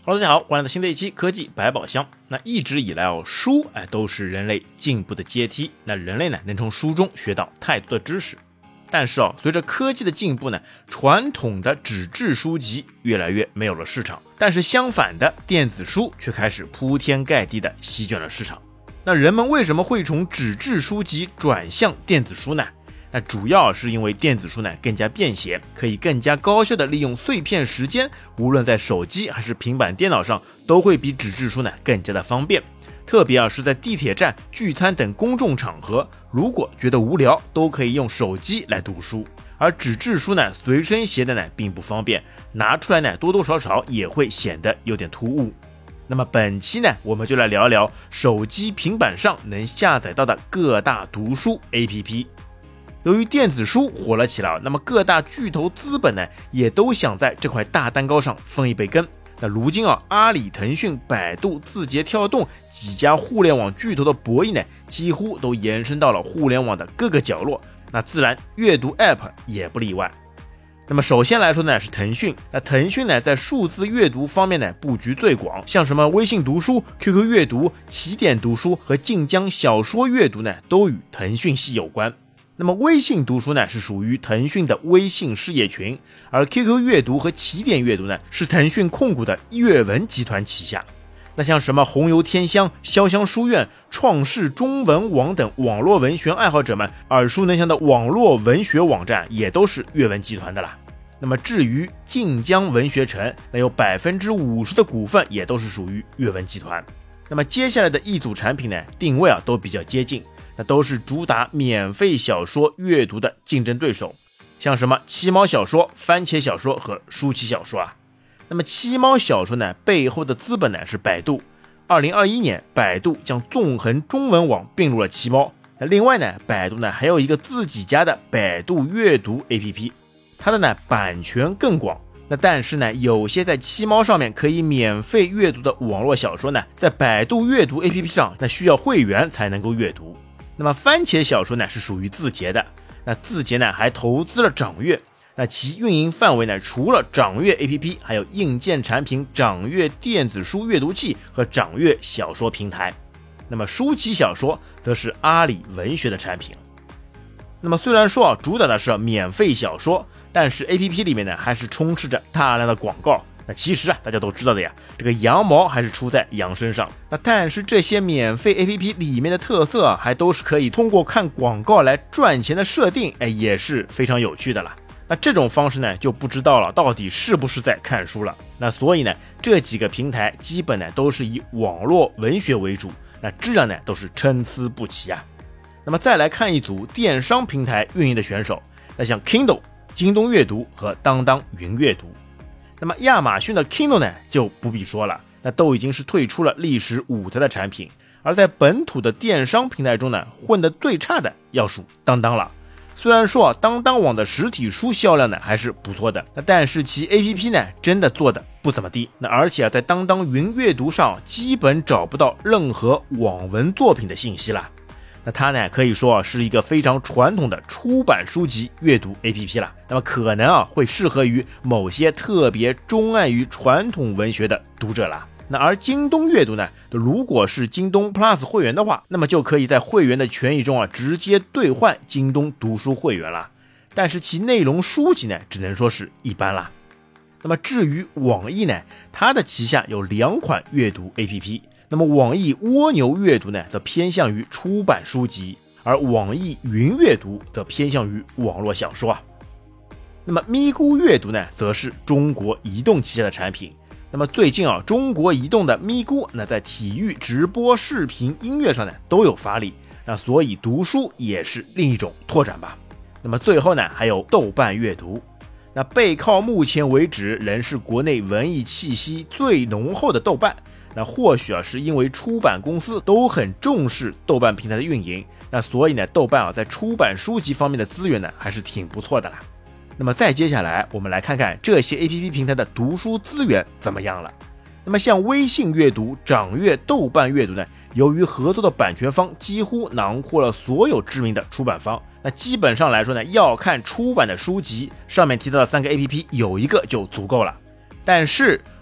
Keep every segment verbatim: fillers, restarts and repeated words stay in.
Hello， 大家好，欢迎来到新的一期科技百宝箱。那一直以来哦，书哎都是人类进步的阶梯。那人类呢，能从书中学到太多的知识。但是哦，随着科技的进步呢，传统的纸质书籍越来越没有了市场。但是相反的，电子书却开始铺天盖地的席卷了市场。那人们为什么会从纸质书籍转向电子书呢？那主要是因为电子书呢更加便携，可以更加高效的利用碎片时间，无论在手机还是平板电脑上，都会比纸质书呢更加的方便。特别啊是在地铁站、聚餐等公众场合，如果觉得无聊，都可以用手机来读书。而纸质书呢随身携带呢并不方便，拿出来呢多多少少也会显得有点突兀。那么本期呢，我们就来聊一聊手机、平板上能下载到的各大读书 A P P。由于电子书火了起来，那么各大巨头资本呢，也都想在这块大蛋糕上分一杯羹。那如今啊，阿里、腾讯、百度、字节跳动几家互联网巨头的博弈呢，几乎都延伸到了互联网的各个角落。那自然，阅读 App 也不例外。那么首先来说呢，是腾讯。那腾讯呢，在数字阅读方面呢，布局最广，像什么微信读书、Q Q 阅读、起点读书和晋江小说阅读呢，都与腾讯系有关。那么微信读书呢是属于腾讯的微信事业群，而 Q Q 阅读和起点阅读呢是腾讯控股的阅文集团旗下。那像什么红油天香、潇湘书院、创世中文网等网络文学爱好者们耳熟能详的网络文学网站也都是阅文集团的啦。那么至于晋江文学城，那有 百分之五十 的股份也都是属于阅文集团。那么接下来的一组产品呢，定位啊都比较接近，那都是主打免费小说阅读的竞争对手，像什么七猫小说、番茄小说和舒淇小说啊。那么七猫小说呢，背后的资本呢是百度。二零二一年，百度将纵横中文网并入了七猫。那另外呢，百度呢还有一个自己家的百度阅读 A P P， 它的呢版权更广。那但是呢，有些在七猫上面可以免费阅读的网络小说呢，在百度阅读 A P P 上，那需要会员才能够阅读。那么番茄小说呢是属于字节的，那字节呢还投资了掌阅，那其运营范围呢除了掌阅 A P P， 还有硬件产品掌阅电子书阅读器和掌阅小说平台。那么舒淇小说则是阿里文学的产品。那么虽然说啊主打的是免费小说，但是 A P P 里面呢还是充斥着大量的广告。那其实啊，大家都知道的呀，这个羊毛还是出在羊身上。那但是这些免费 A P P 里面的特色啊，还都是可以通过看广告来赚钱的设定，哎，也是非常有趣的了。那这种方式呢，就不知道了，到底是不是在看书了？那所以呢，这几个平台基本呢都是以网络文学为主，那质量呢都是参差不齐啊。那么再来看一组电商平台运营的选手，那像 Kindle、京东阅读和当当云阅读。那么亚马逊的 Kindle 呢就不必说了，那都已经是退出了历史舞台的产品。而在本土的电商平台中呢，混得最差的要数当当了。虽然说啊，当当网的实体书销量呢还是不错的，那但是其 A P P 呢真的做的不怎么地。那而且啊，在当当云阅读上基本找不到任何网文作品的信息了。那它呢，可以说啊是一个非常传统的出版书籍阅读 A P P 了。那么可能啊会适合于某些特别钟爱于传统文学的读者了。那而京东阅读呢，如果是京东 Plus 会员的话，那么就可以在会员的权益中啊直接兑换京东读书会员了。但是其内容书籍呢，只能说是一般啦。那么至于网易呢，它的旗下有两款阅读 A P P。那么网易蜗牛阅读呢，则偏向于出版书籍，而网易云阅读则偏向于网络小说啊。那么咪咕阅读呢，则是中国移动旗下的产品。那么最近啊，中国移动的咪咕那在体育、直播、视频、音乐上呢都有发力，那所以读书也是另一种拓展吧。那么最后呢，还有豆瓣阅读。那背靠目前为止仍是国内文艺气息最浓厚的豆瓣。那或许啊，是因为出版公司都很重视豆瓣平台的运营，那所以呢，豆瓣啊在出版书籍方面的资源呢还是挺不错的啦。那么再接下来，我们来看看这些 A P P 平台的读书资源怎么样了。那么像微信阅读、掌阅、豆瓣阅读呢，由于合作的版权方几乎囊括了所有知名的出版方，那基本上来说呢，要看出版的书籍，上面提到的三个 A P P 有一个就足够了。但是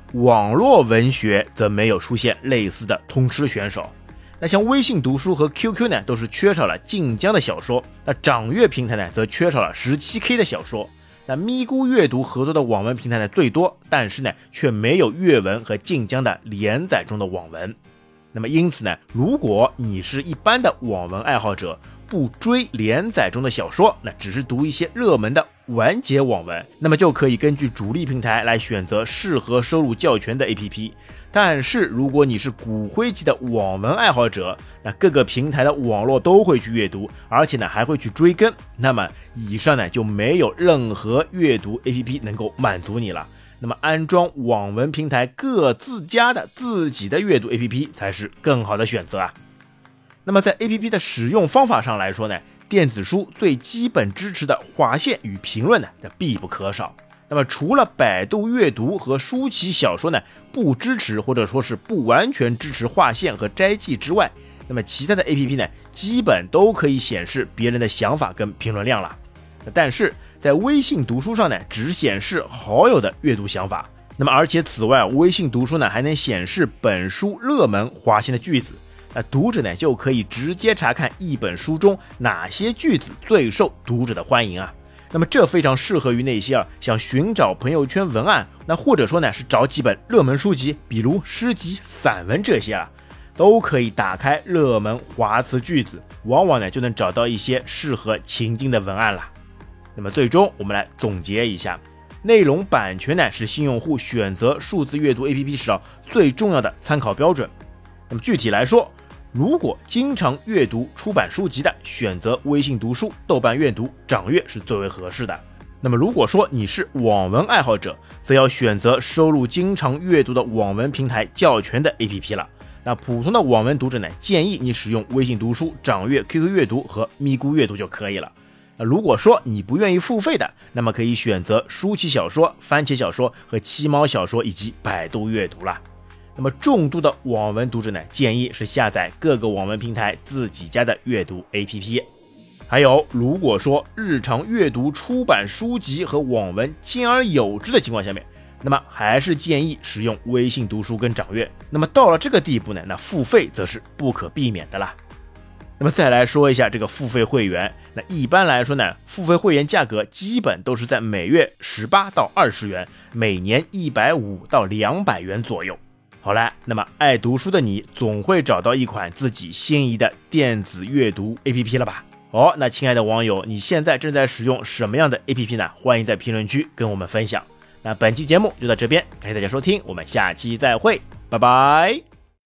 网络文学则没有出现类似的通吃选手。那像微信读书和 Q Q 呢，都是缺少了晋江的小说，那掌阅平台呢，则缺少了 十七K 的小说。那咪咕阅读合作的网文平台呢最多，但是呢却没有阅文和晋江的连载中的网文。那么因此呢，如果你是一般的网文爱好者，不追连载中的小说，那只是读一些热门的完结网文，那么就可以根据主力平台来选择适合收入较全的 A P P。 但是如果你是骨灰级的网文爱好者，那各个平台的网络都会去阅读，而且呢还会去追更，那么以上呢就没有任何阅读 A P P 能够满足你了。那么安装网文平台各自家的自己的阅读 A P P 才是更好的选择啊。那么在 A P P 的使用方法上来说呢，电子书最基本支持的划线与评论呢，这必不可少。那么除了百度阅读和舒淇小说呢不支持或者说是不完全支持划线和摘记之外，那么其他的 A P P 呢基本都可以显示别人的想法跟评论量了。但是在微信读书上呢，只显示好友的阅读想法。那么而且此外，微信读书呢还能显示本书热门划线的句子。那读者呢就可以直接查看一本书中哪些句子最受读者的欢迎啊。那么这非常适合于那些啊想寻找朋友圈文案，那或者说呢是找几本热门书籍，比如诗集、散文这些啊，都可以打开热门划词句子，往往呢就能找到一些适合情境的文案了。那么最终我们来总结一下，内容版权呢是新用户选择数字阅读 A P P 时最重要的参考标准。那么具体来说，如果经常阅读出版书籍的，选择微信读书、豆瓣阅读、掌阅是最为合适的。那么如果说你是网文爱好者，则要选择收录经常阅读的网文平台较全的 A P P 了。那普通的网文读者呢，建议你使用微信读书、掌阅、Q Q 阅读和咪咕阅读就可以了。那如果说你不愿意付费的，那么可以选择舒淇小说、番茄小说和七猫小说以及百度阅读了。那么重度的网文读者呢，建议是下载各个网文平台自己家的阅读 A P P。 还有如果说日常阅读出版书籍和网文兼而有之的情况下面，那么还是建议使用微信读书跟掌阅。那么到了这个地步呢，那付费则是不可避免的啦。那么再来说一下这个付费会员，那一般来说呢，付费会员价格基本都是在每月十八到二十元，每年一百五十到两百元左右。好了，那么爱读书的你总会找到一款自己心仪的电子阅读 A P P 了吧？哦，那亲爱的网友，你现在正在使用什么样的 A P P 呢？欢迎在评论区跟我们分享。那本期节目就到这边，感谢大家收听，我们下期再会，拜拜。